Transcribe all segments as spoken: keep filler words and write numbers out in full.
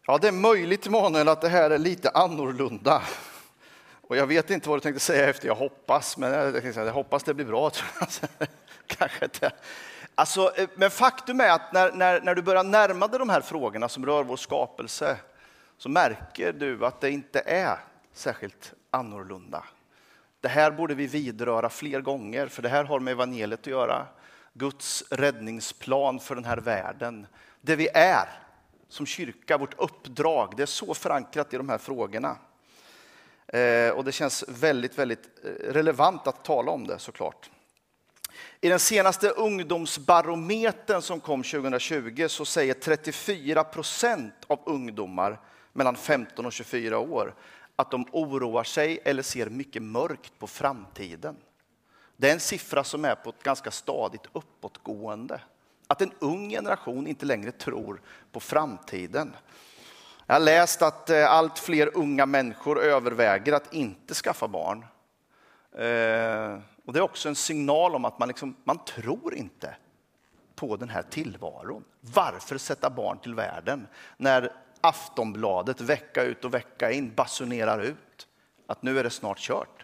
Ja, det är möjligt, Emanuel, att det här är lite annorlunda. Och jag vet inte vad du tänkte säga efter jag hoppas, men jag, jag, jag hoppas det blir bra. Kanske inte. Alltså, men faktum är att när, när, när du börjar närma dig de här frågorna som rör vår skapelse, så märker du att det inte är särskilt annorlunda. Det här borde vi vidröra fler gånger, för det här har med evangeliet att göra. Guds räddningsplan för den här världen. Det vi är som kyrka, vårt uppdrag, det är så förankrat i de här frågorna. Eh, och det känns väldigt, väldigt relevant att tala om det, såklart. I den senaste ungdomsbarometern som kom tjugohundratjugo så säger trettiofyra procent av ungdomar mellan femton och tjugofyra år att de oroar sig eller ser mycket mörkt på framtiden. Det är en siffra som är på ett ganska stadigt uppåtgående. Att en ung generation inte längre tror på framtiden. Jag har läst att allt fler unga människor överväger att inte skaffa barn. Och det är också en signal om att man, liksom, man tror inte på den här tillvaron. Varför sätta barn till världen när Aftonbladet vecka ut och vecka in basunerar ut att nu är det snart kört?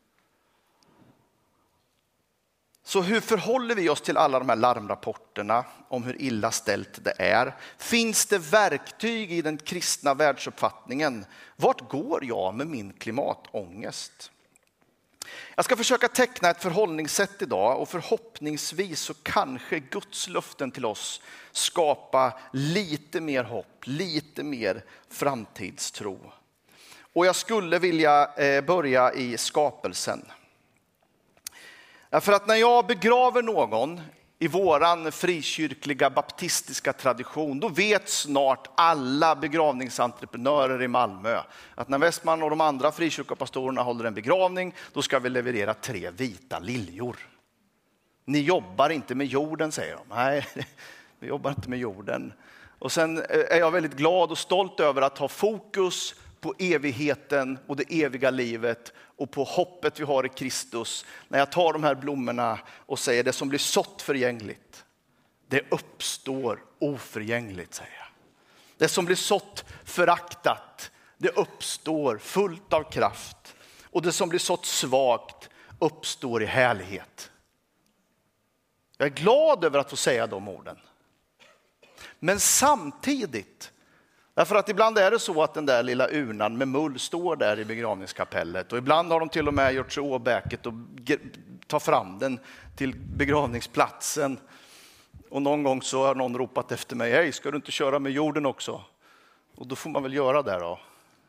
Så hur förhåller vi oss till alla de här larmrapporterna om hur illa ställt det är? Finns det verktyg i den kristna världsuppfattningen? Vart går jag med min klimatångest? Jag ska försöka teckna ett förhållningssätt idag och förhoppningsvis så kanske Guds löften till oss skapa lite mer hopp, lite mer framtidstro. Och jag skulle vilja börja i skapelsen. För att när jag begraver någon i våran frikyrkliga baptistiska tradition, då vet snart alla begravningsentreprenörer i Malmö att när Westman och de andra frikyrkopastorerna håller en begravning, då ska vi leverera tre vita liljor. Ni jobbar inte med jorden, säger de. Nej, vi jobbar inte med jorden. Och sen är jag väldigt glad och stolt över att ha fokus på evigheten och det eviga livet och på hoppet vi har i Kristus. När jag tar de här blommorna och säger det som blir sått förgängligt, det uppstår oförgängligt, säger jag. Det som blir sått föraktat, det uppstår fullt av kraft. Och det som blir sått svagt uppstår i härlighet. Jag är glad över att få säga de orden. Men samtidigt, därför att ibland är det så att den där lilla urnan med mull står där i begravningskapellet. Och ibland har de till och med gjort sig åbäket och tar fram den till begravningsplatsen. Och någon gång så har någon ropat efter mig: hej, ska du inte köra med jorden också? Och då får man väl göra det då.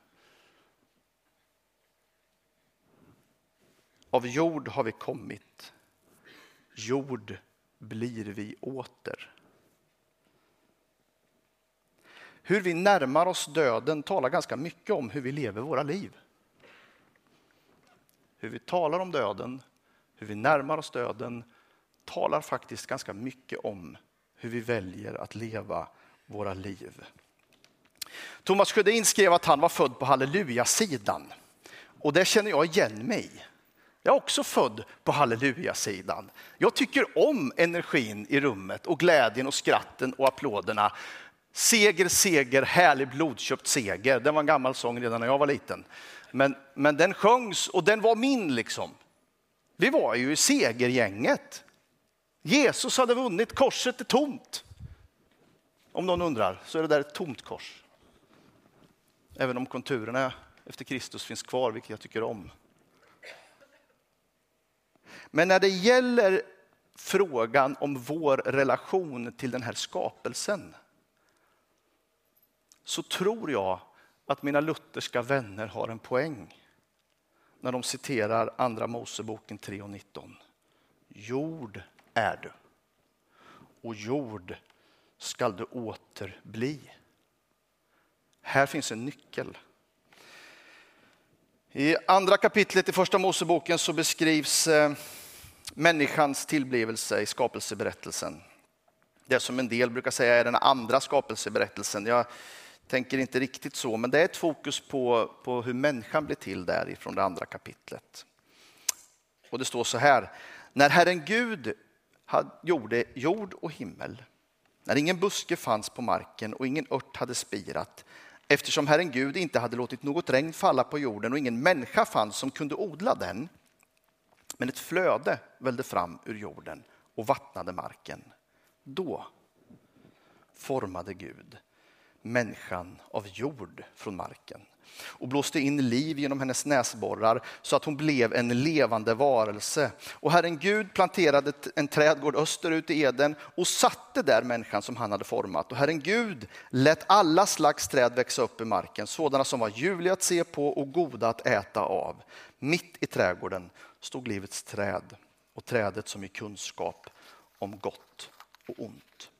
Av jord har vi kommit. Jord blir vi åter. Hur vi närmar oss döden talar ganska mycket om hur vi lever våra liv. Hur vi talar om döden, hur vi närmar oss döden, talar faktiskt ganska mycket om hur vi väljer att leva våra liv. Thomas Sjödin skrev att han var född på halleluja-sidan. Och det känner jag igen mig i. Jag är också född på halleluja-sidan. Jag tycker om energin i rummet och glädjen och skratten och applåderna. Seger, seger, härlig blodköpt seger. Det var en gammal sång redan när jag var liten. Men, men den sjöngs och den var min liksom. Vi var ju i segergänget. Jesus hade vunnit, korset är tomt. Om någon undrar så är det där ett tomt kors. Även om konturerna efter Kristus finns kvar, vilket jag tycker om. Men när det gäller frågan om vår relation till den här skapelsen, så tror jag att mina lutherska vänner har en poäng när de citerar andra Moseboken tre och nitton. Jord är du, och jord skall du åter bli. Här finns en nyckel. I andra kapitlet i första Moseboken så beskrivs eh, människans tillblivelse i skapelseberättelsen. Det som en del brukar säga är den andra skapelseberättelsen. Jag tänker inte riktigt så, men det är ett fokus på, på hur människan blir till där ifrån det andra kapitlet. Och det står så här: när Herren Gud hade, gjorde jord och himmel, när ingen buske fanns på marken och ingen ört hade spirat, eftersom Herren Gud inte hade låtit något regn falla på jorden och ingen människa fanns som kunde odla den. Men ett flöde vällde fram ur jorden och vattnade marken. Då formade Gud människan av jord från marken och blåste in liv genom hennes näsborrar så att hon blev en levande varelse. Och Herren Gud planterade en trädgård österut i Eden och satte där människan som han hade format. Och Herren Gud lät alla slags träd växa upp i marken, sådana som var ljuvliga att se på och goda att äta av. Mitt i trädgården stod livets träd och trädet som i kunskap om gott och ont.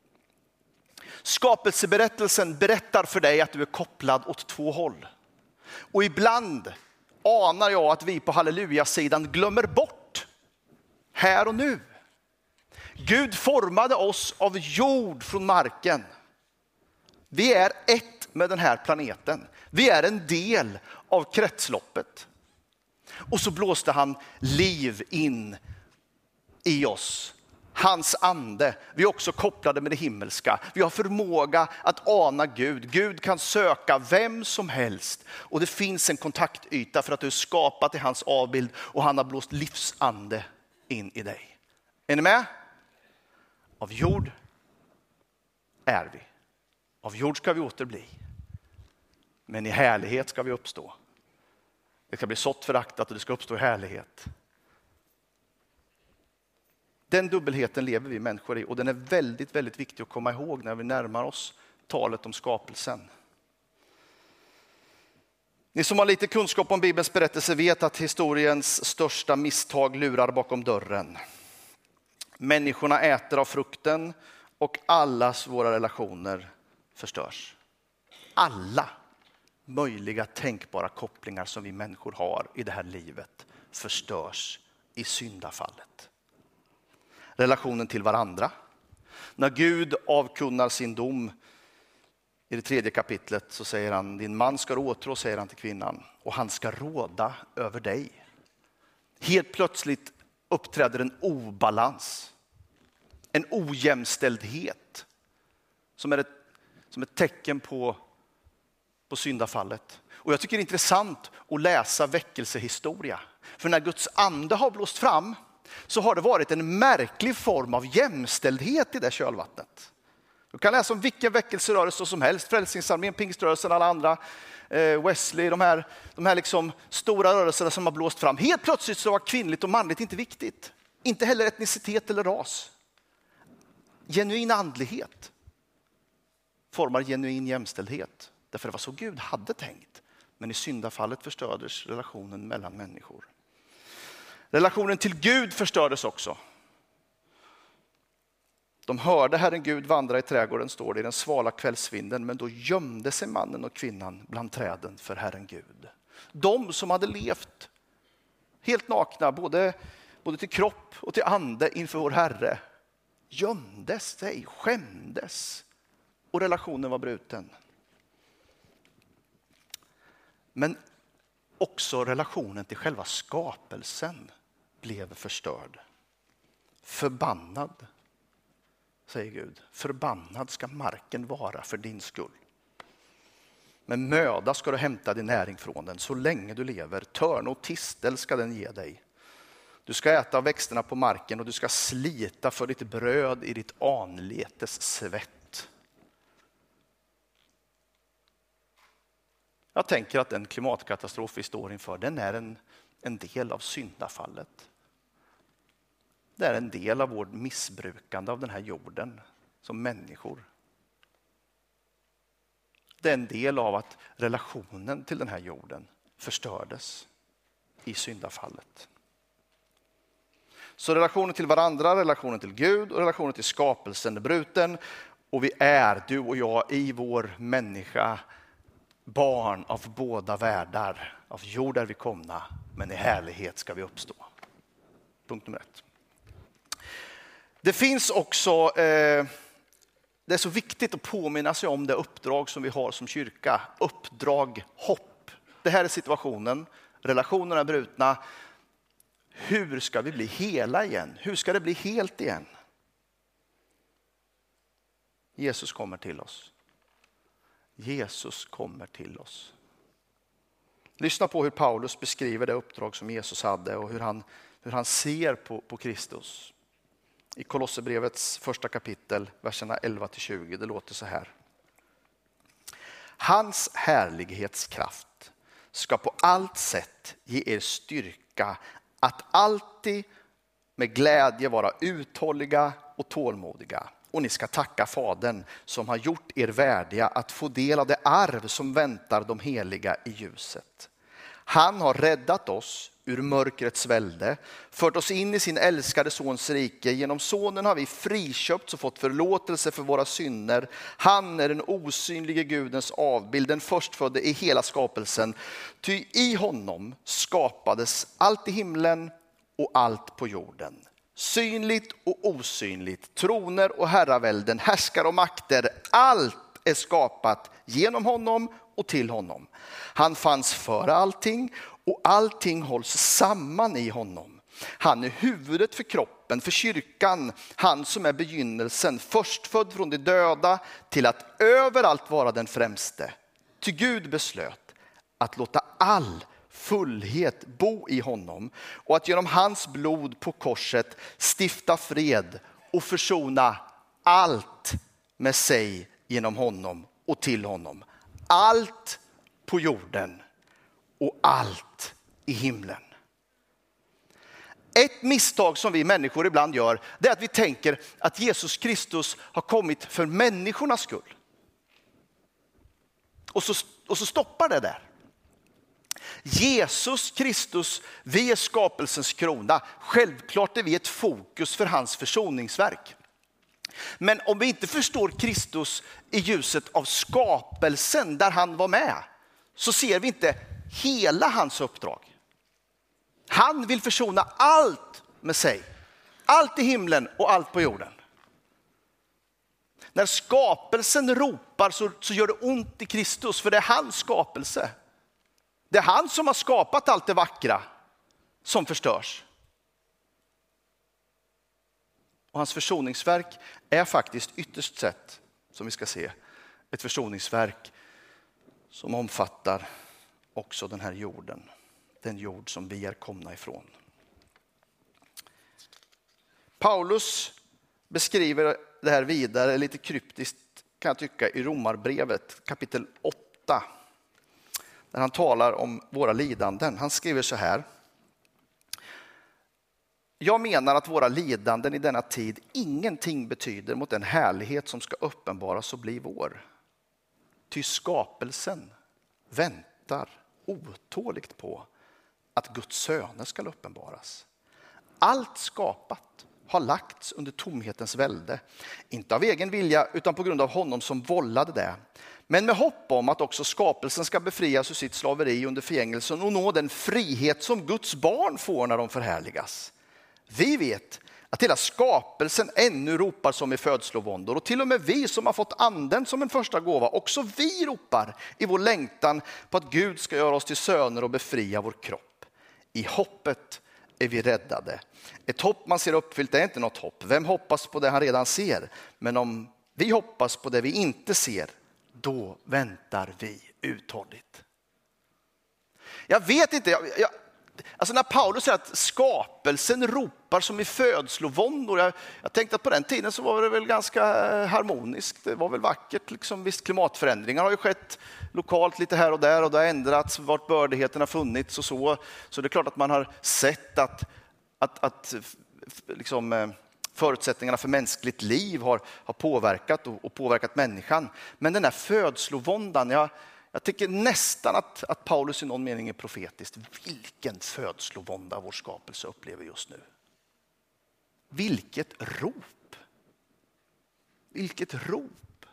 Skapelseberättelsen berättar för dig att du är kopplad åt två håll. Och ibland anar jag att vi på halleluja-sidan glömmer bort här och nu. Gud formade oss av jord från marken. Vi är ett med den här planeten. Vi är en del av kretsloppet. Och så blåste han liv in i oss. Hans ande. Vi är också kopplade med det himmelska. Vi har förmåga att ana Gud. Gud kan söka vem som helst. Och det finns en kontaktyta för att du är skapad i hans avbild. Och han har blåst livsande in i dig. Är ni med? Av jord är vi. Av jord ska vi återbli. Men i härlighet ska vi uppstå. Det ska bli sått föraktat och det ska uppstå i härlighet. Den dubbelheten lever vi människor i och den är väldigt, väldigt viktig att komma ihåg när vi närmar oss talet om skapelsen. Ni som har lite kunskap om Bibelns berättelse vet att historiens största misstag lurar bakom dörren. Människorna äter av frukten och allas våra relationer förstörs. Alla möjliga tänkbara kopplingar som vi människor har i det här livet förstörs i syndafallet. Relationen till varandra. När Gud avkunnar sin dom i det tredje kapitlet så säger han, din man ska åtrå, säger han till kvinnan, och han ska råda över dig. Helt plötsligt uppträder en obalans, en ojämställdhet som är ett, som ett tecken på, på syndafallet. Och jag tycker det är intressant att läsa väckelsehistoria. För när Guds ande har blåst fram så har det varit en märklig form av jämställdhet i det kölvattnet. Du kan läsa om vilken väckelserörelse som helst, Frälsningsarmén, Pingströrelsen, alla andra, Wesley, de här, de här liksom stora rörelserna som har blåst fram. Helt plötsligt så var kvinnligt och manligt inte viktigt. Inte heller etnicitet eller ras. Genuin andlighet formar genuin jämställdhet. Därför det var så Gud hade tänkt. Men i syndafallet förstördes relationen mellan människor. Relationen till Gud förstördes också. De hörde Herren Gud vandra i trädgården, står det i den svala kvällsvinden, men då gömde sig mannen och kvinnan bland träden för Herren Gud. De som hade levt helt nakna, både, både till kropp och till ande inför vår Herre, gömde sig, skämdes och relationen var bruten. Men också relationen till själva skapelsen blev förstörd. Förbannad, säger Gud. Förbannad ska marken vara för din skull. Men möda ska du hämta din näring från den så länge du lever. Törn och tistel ska den ge dig. Du ska äta av växterna på marken och du ska slita för ditt bröd i ditt anletes svett. Jag tänker att den klimatkatastrof vi står inför, den är en, en del av syndafallet. Det är en del av vårt missbrukande av den här jorden som människor. Det är en del av att relationen till den här jorden förstördes i syndafallet. Så relationen till varandra, relationen till Gud och relationen till skapelsen är bruten. Och vi är, du och jag, i vår människa barn av båda världar. Av jord är vi komna, men i härlighet ska vi uppstå. Punkt nummer ett. Det finns också, eh, det är så viktigt att påminna sig om det uppdrag som vi har som kyrka. Uppdrag, hopp. Det här är situationen, relationerna är brutna. Hur ska vi bli hela igen? Hur ska det bli helt igen? Jesus kommer till oss. Jesus kommer till oss. Lyssna på hur Paulus beskriver det uppdrag som Jesus hade och hur han, hur han ser på, på Kristus. I Kolosserbrevets första kapitel, verserna elva till tjugo, det låter så här. Hans härlighetskraft ska på allt sätt ge er styrka att alltid med glädje vara uthålliga och tålmodiga. Och ni ska tacka Fadern som har gjort er värdiga att få del av det arv som väntar de heliga i ljuset. Han har räddat oss ur mörkrets välde, fört oss in i sin älskade sons rike. Genom sonen har vi friköpts och fått förlåtelse för våra synder. Han är den osynlige Gudens avbild, den förstfödde i hela skapelsen. Ty i honom skapades allt i himlen och allt på jorden. Synligt och osynligt, troner och herravälden, härskare och makter, allt är skapat genom honom och till honom. Han fanns före allting och allting hålls samman i honom. Han är huvudet för kroppen, för kyrkan, han som är begynnelsen, förstfödd från de döda till att överallt vara den främste. Ty Gud beslöt att låta all fullhet bo i honom och att genom hans blod på korset stifta fred och försona allt med sig genom honom och till honom. Allt på jorden och allt i himlen. Ett misstag som vi människor ibland gör, det är att vi tänker att Jesus Kristus har kommit för människornas skull. Och så, och så stoppar det där. Jesus Kristus, vi är skapelsens krona. Självklart är vi ett fokus för hans försoningsverk. Men om vi inte förstår Kristus i ljuset av skapelsen där han var med, så ser vi inte hela hans uppdrag. Han vill försona allt med sig. Allt i himlen och allt på jorden. När skapelsen ropar så, så gör det ont i Kristus, för det är hans skapelse. Det är han som har skapat allt det vackra som förstörs. Och hans försoningsverk är faktiskt ytterst sett, som vi ska se, ett försoningsverk som omfattar också den här jorden. Den jord som vi är komna ifrån. Paulus beskriver det här vidare lite kryptiskt, kan jag tycka, i Romarbrevet kapitel åtta. Där han talar om våra lidanden. Han skriver så här. Jag menar att våra lidanden i denna tid ingenting betyder mot den härlighet som ska uppenbaras och bli vår. Ty skapelsen väntar otåligt på att Guds söner ska uppenbaras. Allt skapat har lagts under tomhetens välde. Inte av egen vilja utan på grund av honom som vållade det. Men med hopp om att också skapelsen ska befrias ur sitt slaveri under förgängelsen och nå den frihet som Guds barn får när de förhärligas. Vi vet att hela skapelsen ännu ropar som i födslovåndor, och till och med vi som har fått anden som en första gåva, också vi ropar i vår längtan på att Gud ska göra oss till söner och befria vår kropp. I hoppet är vi räddade. Ett hopp man ser uppfyllt är inte något hopp. Vem hoppas på det han redan ser? Men om vi hoppas på det vi inte ser, då väntar vi uthålligt. Jag vet inte, jag, jag, alltså när Paulus säger att skapelsen ropar som i födslovåndor, jag, jag tänkte att på den tiden så var det väl ganska harmoniskt, det var väl vackert liksom. Visst, klimatförändringar har ju skett lokalt lite här och där och det har ändrats vart bördigheten har funnits och så. Så det är klart att man har sett att, att, att liksom, förutsättningarna för mänskligt liv har, har påverkat och, och påverkat människan. Men den här födslovåndan, jag, jag tycker nästan att, att Paulus i någon mening är profetiskt. Vilken födslovånda vår skapelse upplever just nu. Vilket rop. Vilket rop.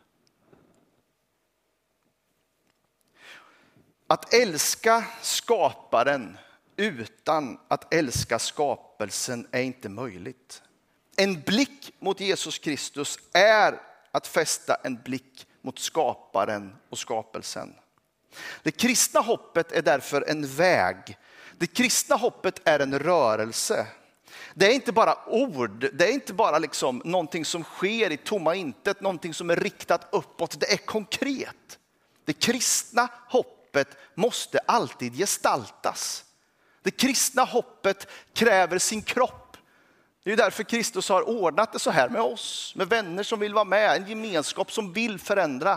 Att älska skaparen utan att älska skapelsen är inte möjligt. En blick mot Jesus Kristus är att fästa en blick mot skaparen och skapelsen. Det kristna hoppet är därför en väg. Det kristna hoppet är en rörelse. Det är inte bara ord, det är inte bara liksom någonting som sker i tomma intet, någonting som är riktat uppåt. Det är konkret. Det kristna hoppet måste alltid gestaltas. Det kristna hoppet kräver sin kropp. Det är därför Kristus har ordnat det så här med oss. Med vänner som vill vara med. En gemenskap som vill förändra.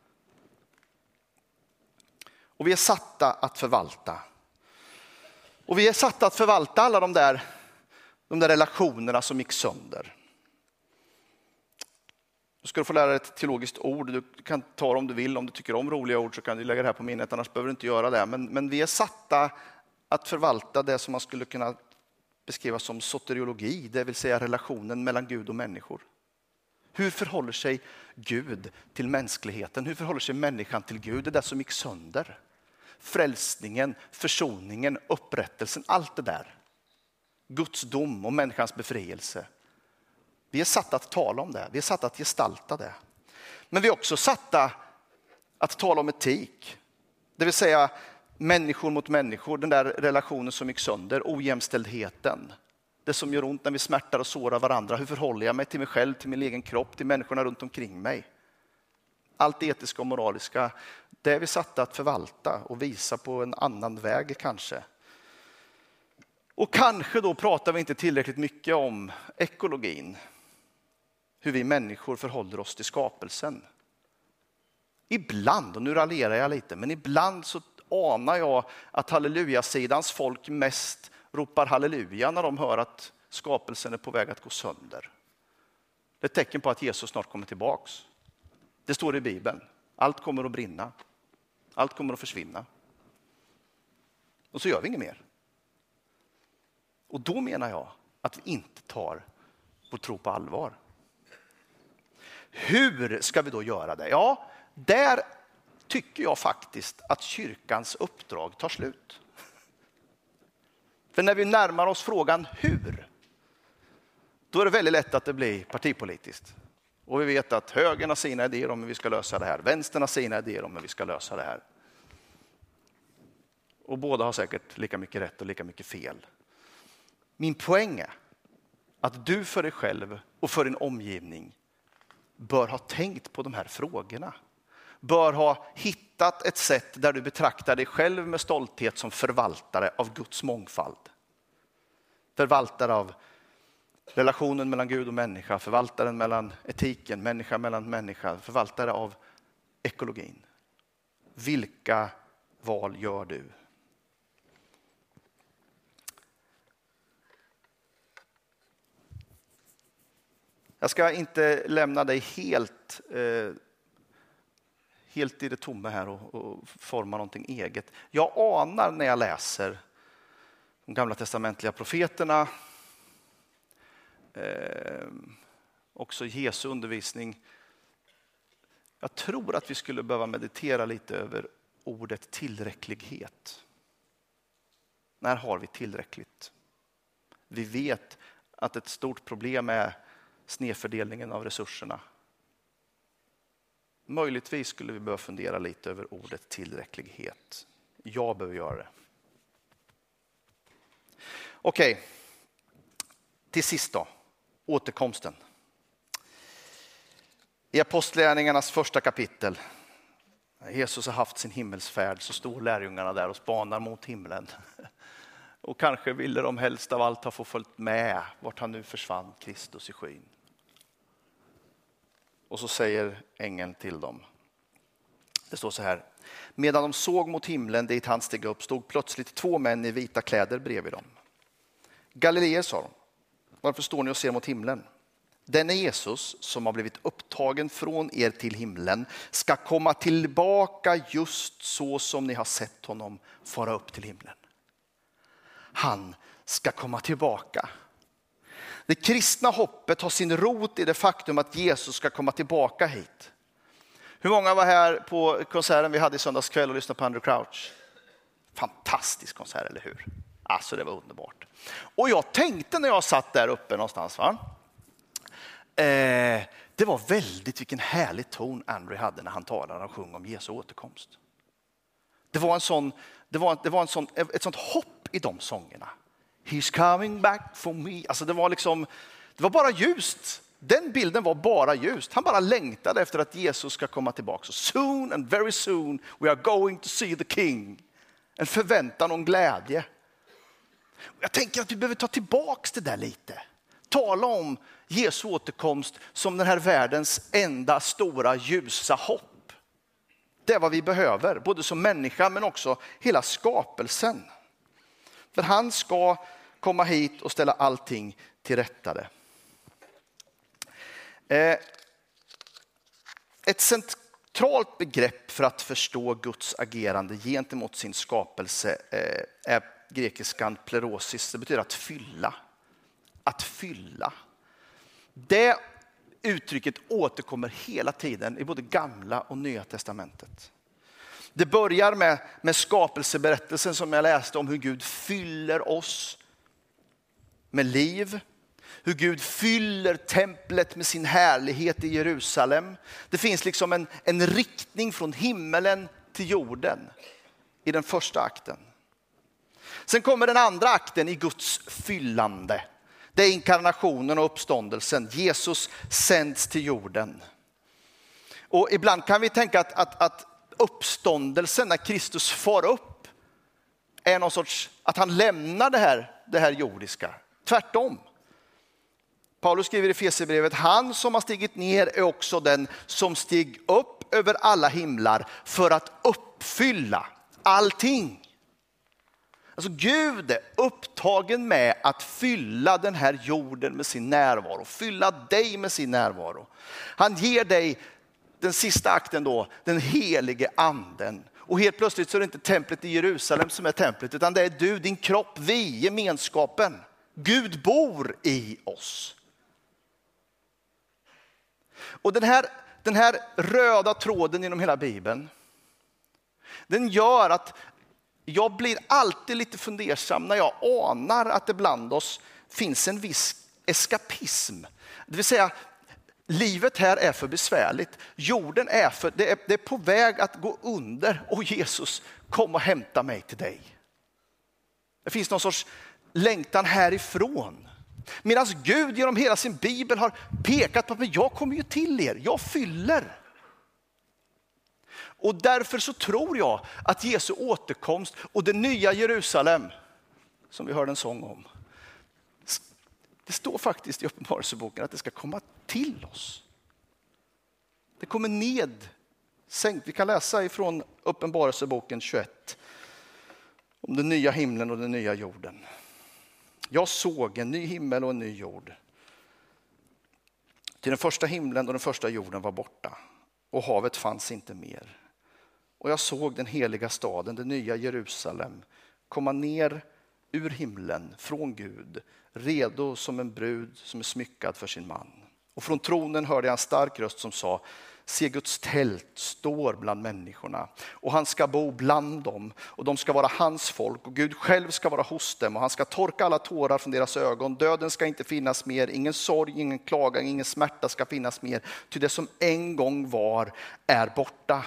Och vi är satta att förvalta. Och vi är satta att förvalta alla de där, de där relationerna som gick sönder. Du ska få lära dig ett teologiskt ord. Du kan ta det om du vill. Om du tycker om roliga ord så kan du lägga det här på minnet. Annars behöver du inte göra det. Men, men vi är satta att förvalta det som man skulle kunna beskriva som soteriologi. Det vill säga relationen mellan Gud och människor. Hur förhåller sig Gud till mänskligheten? Hur förhåller sig människan till Gud? Det där som gick sönder. Frälsningen, försoningen, upprättelsen. Allt det där. Guds dom och människans befrielse. Vi är satta att tala om det. Vi är satta att gestalta det. Men vi är också satta att tala om etik. Det vill säga människor mot människor. Den där relationen som gick sönder. Ojämställdheten. Det som gör ont när vi smärtar och sårar varandra. Hur förhåller jag mig till mig själv, till min egen kropp, till människorna runt omkring mig? Allt det etiska och moraliska. Det är vi satta att förvalta och visa på en annan väg kanske. Och kanske då pratar vi inte tillräckligt mycket om ekologin. Hur vi människor förhåller oss till skapelsen. Ibland, och nu raljerar jag lite, men ibland så anar jag att halleluja-sidans folk mest ropar halleluja när de hör att skapelsen är på väg att gå sönder. Det är ett tecken på att Jesus snart kommer tillbaks. Det står i Bibeln. Allt kommer att brinna. Allt kommer att försvinna. Och så gör vi inget mer. Och då menar jag att vi inte tar vår tro på allvar. Hur ska vi då göra det? Ja, där tycker jag faktiskt att kyrkans uppdrag tar slut. För när vi närmar oss frågan hur, då är det väldigt lätt att det blir partipolitiskt. Och vi vet att högern har sina idéer om hur vi ska lösa det här. Vänstern har sina idéer om hur vi ska lösa det här. Och båda har säkert lika mycket rätt och lika mycket fel. Min poäng är att du för dig själv och för din omgivning bör ha tänkt på de här frågorna. Bör ha hittat ett sätt där du betraktar dig själv med stolthet som förvaltare av Guds mångfald. Förvaltare av relationen mellan Gud och människa. Förvaltaren mellan etiken, människa mellan människa. Förvaltare av ekologin. Vilka val gör du? Jag ska inte lämna dig helt, eh, helt i det tomma här och, och forma någonting eget. Jag anar när jag läser de gamla testamentliga profeterna, eh, också Jesu undervisning. Jag tror att vi skulle behöva meditera lite över ordet tillräcklighet. När har vi tillräckligt? Vi vet att ett stort problem är snedfördelningen av resurserna. Möjligtvis skulle vi behöva fundera lite över ordet tillräcklighet. Jag behöver göra det. Okej, till sist då. Återkomsten. I Apostlagärningarnas första kapitel. Jesus har haft sin himmelsfärd, så står lärjungarna där och spanar mot himlen. Och kanske ville de helst av allt ha fått följt med vart han nu försvann, Kristus i skyn. Och så säger ängeln till dem. Det står så här. Medan de såg mot himlen dit han steg upp stod plötsligt två män i vita kläder bredvid dem. Galileer, sa de. Varför står ni och ser mot himlen? Den är Jesus som har blivit upptagen från er till himlen ska komma tillbaka just så som ni har sett honom fara upp till himlen. Han ska komma tillbaka. Det kristna hoppet har sin rot i det faktum att Jesus ska komma tillbaka hit. Hur många var här på konserten vi hade i söndags kväll och lyssnade på Andrew Crouch? Fantastisk konsert, eller hur? Alltså det var underbart. Och jag tänkte när jag satt där uppe någonstans, va? Eh, det var väldigt vilken härlig ton Andrew hade när han talade och sjöng om Jesu återkomst. Det var en sån, det var, det var en sån, ett sånt hopp i de sångerna. He's coming back for me. Alltså det var liksom, det var bara ljust. Den bilden var bara ljust. Han bara längtade efter att Jesus ska komma tillbaka. Så soon and very soon we are going to see the king. En förväntan och en glädje. Jag tänker att vi behöver ta tillbaka det där lite. Tala om Jesu återkomst som den här världens enda stora ljusa hopp. Det är vad vi behöver, både som människa men också hela skapelsen. För han ska komma hit och ställa allting till rättade. Ett centralt begrepp för att förstå Guds agerande gentemot sin skapelse är grekiskan plerosis. Det betyder att fylla. Att fylla. Det uttrycket återkommer hela tiden i både gamla och nya testamentet. Det börjar med, med skapelseberättelsen som jag läste om hur Gud fyller oss med liv. Hur Gud fyller templet med sin härlighet i Jerusalem. Det finns liksom en, en riktning från himmelen till jorden i den första akten. Sen kommer den andra akten i Guds fyllande. Det är inkarnationen och uppståndelsen. Jesus sänds till jorden. Och ibland kan vi tänka att, att, att uppståndelsen när Kristus far upp är någon sorts, att han lämnar det här, det här jordiska. Tvärtom. Paulus skriver i Efesierbrevet, han som har stigit ner är också den som steg upp över alla himlar för att uppfylla allting. Alltså Gud är upptagen med att fylla den här jorden med sin närvaro. Fylla dig med sin närvaro. Han ger dig den sista akten då, den helige anden. Och helt plötsligt så är det inte templet i Jerusalem som är templet, utan det är du, din kropp, vi, gemenskapen. Gud bor i oss. Och den här, den här röda tråden genom hela Bibeln, den gör att jag blir alltid lite fundersam när jag anar att det bland oss finns en viss eskapism. Det vill säga, livet här är för besvärligt. Jorden är, för, det är, det är på väg att gå under och Jesus, kom och hämta mig till dig. Det finns någon sorts längtan härifrån. Medan Gud genom hela sin bibel har pekat på att jag kommer ju till er, jag fyller. Och därför så tror jag att Jesu återkomst och det nya Jerusalem, som vi hörde en sång om, det står faktiskt i Uppenbarelseboken att det ska komma till oss. Det kommer ned, sänkt. Vi kan läsa ifrån Uppenbarelseboken tjugoett om den nya himlen och den nya jorden. Jag såg en ny himmel och en ny jord. Till den första himlen och den första jorden var borta och havet fanns inte mer. Och jag såg den heliga staden, det nya Jerusalem, komma ner ur himlen från Gud, redo som en brud som är smyckad för sin man. Och från tronen hörde jag en stark röst som sa, se Guds tält står bland människorna och han ska bo bland dem och de ska vara hans folk och Gud själv ska vara hos dem och han ska torka alla tårar från deras ögon. Döden ska inte finnas mer, ingen sorg, ingen klagan, ingen smärta ska finnas mer, ty det som en gång var är borta.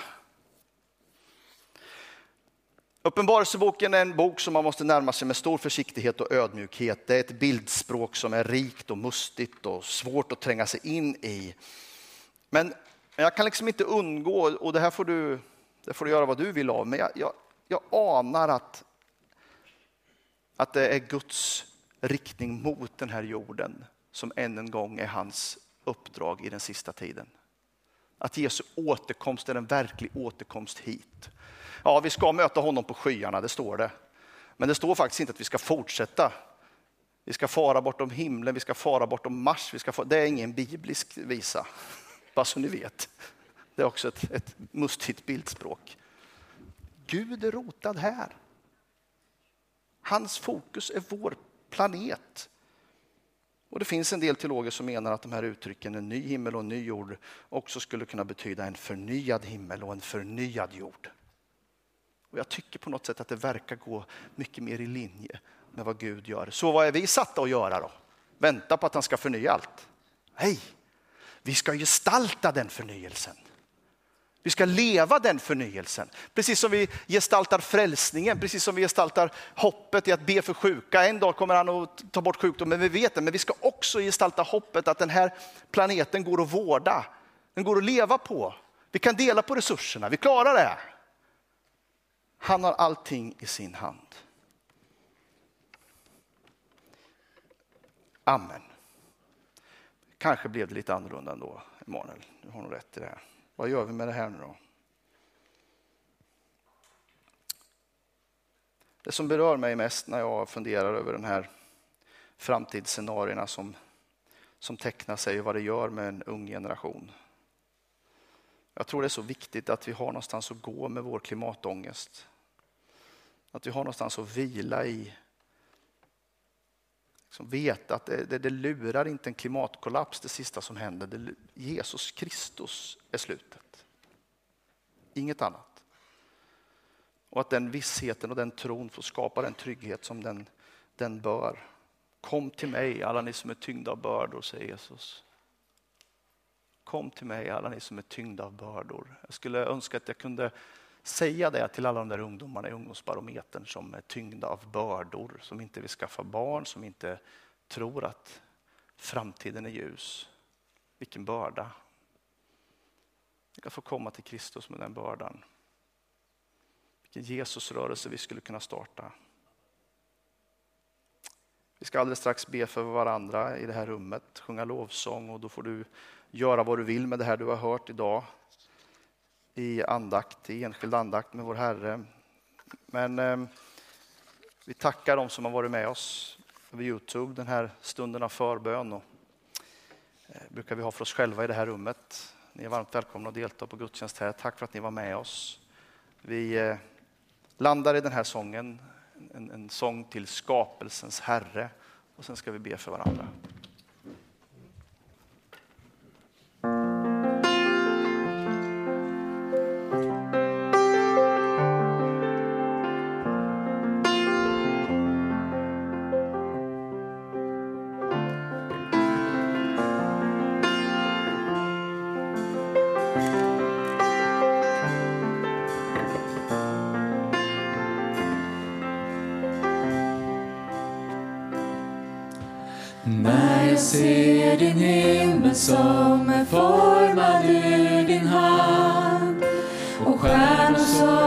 Uppenbarelseboken är en bok som man måste närma sig med stor försiktighet och ödmjukhet. Det är ett bildspråk som är rikt och mustigt och svårt att tränga sig in i. Men jag kan liksom inte undgå, och det här får du, det får du göra vad du vill av, men jag, jag, jag anar att, att det är Guds riktning mot den här jorden som än en gång är hans uppdrag i den sista tiden. Att Jesu återkomst är en verklig återkomst hit. Ja, vi ska möta honom på skyarna, det står det. Men det står faktiskt inte att vi ska fortsätta. Vi ska fara bortom himlen, vi ska fara bortom Mars. Vi ska fara, det är ingen biblisk visa, bara så ni vet. Det är också ett, ett mustigt bildspråk. Gud är rotad här. Hans fokus är vår planet. Och det finns en del teologer som menar att de här uttrycken, en ny himmel och en ny jord, också skulle kunna betyda en förnyad himmel och en förnyad jord. Och jag tycker på något sätt att det verkar gå mycket mer i linje med vad Gud gör. Så vad är vi satta att göra då? Vänta på att han ska förnya allt? Nej, vi ska gestalta den förnyelsen. Vi ska leva den förnyelsen. Precis som vi gestaltar frälsningen, precis som vi gestaltar hoppet i att be för sjuka. En dag kommer han att ta bort sjukdomen, vi vet det. Men vi ska också gestalta hoppet att den här planeten går att vårda. Den går att leva på. Vi kan dela på resurserna, vi klarar det. Han har allting i sin hand. Amen. Kanske blev det lite annorlunda ändå, Emanuel. Du har nog rätt i det här. Vad gör vi med det här nu då? Det som berör mig mest när jag funderar över den här framtidsscenarierna som, som tecknar sig och vad det gör med en ung generation. Jag tror det är så viktigt att vi har någonstans att gå med vår klimatångest. Att vi har någonstans att vila i. Som vet att det, det, det lurar inte en klimatkollaps det sista som händer. Det, Jesus Kristus är slutet. Inget annat. Och att den vissheten och den tron får skapa den trygghet som den, den bör. Kom till mig alla ni som är tyngda av bördor, säger Jesus. Kom till mig alla ni som är tyngda av bördor. Jag skulle önska att jag kunde säga det till alla de där ungdomarna i ungdomsbarometern som är tyngda av bördor, som inte vill skaffa barn, som inte tror att framtiden är ljus. Vilken börda. Vi kan få komma till Kristus med den bördan. Vilken Jesusrörelse vi skulle kunna starta. Vi ska alldeles strax be för varandra i det här rummet, sjunga lovsång, och då får du göra vad du vill med det här du har hört idag. I andakt, i enskild andakt med vår Herre. Men eh, vi tackar de som har varit med oss över YouTube den här stunden av förbön. Och, eh, brukar vi ha för oss själva i det här rummet. Ni är varmt välkomna att delta på gudstjänst här. Tack för att ni var med oss. Vi eh, landar i den här sången. En, en sång till skapelsens Herre. Och sen ska vi be för varandra. När jag ser din himmel som är formad ur din hand och stjärnor som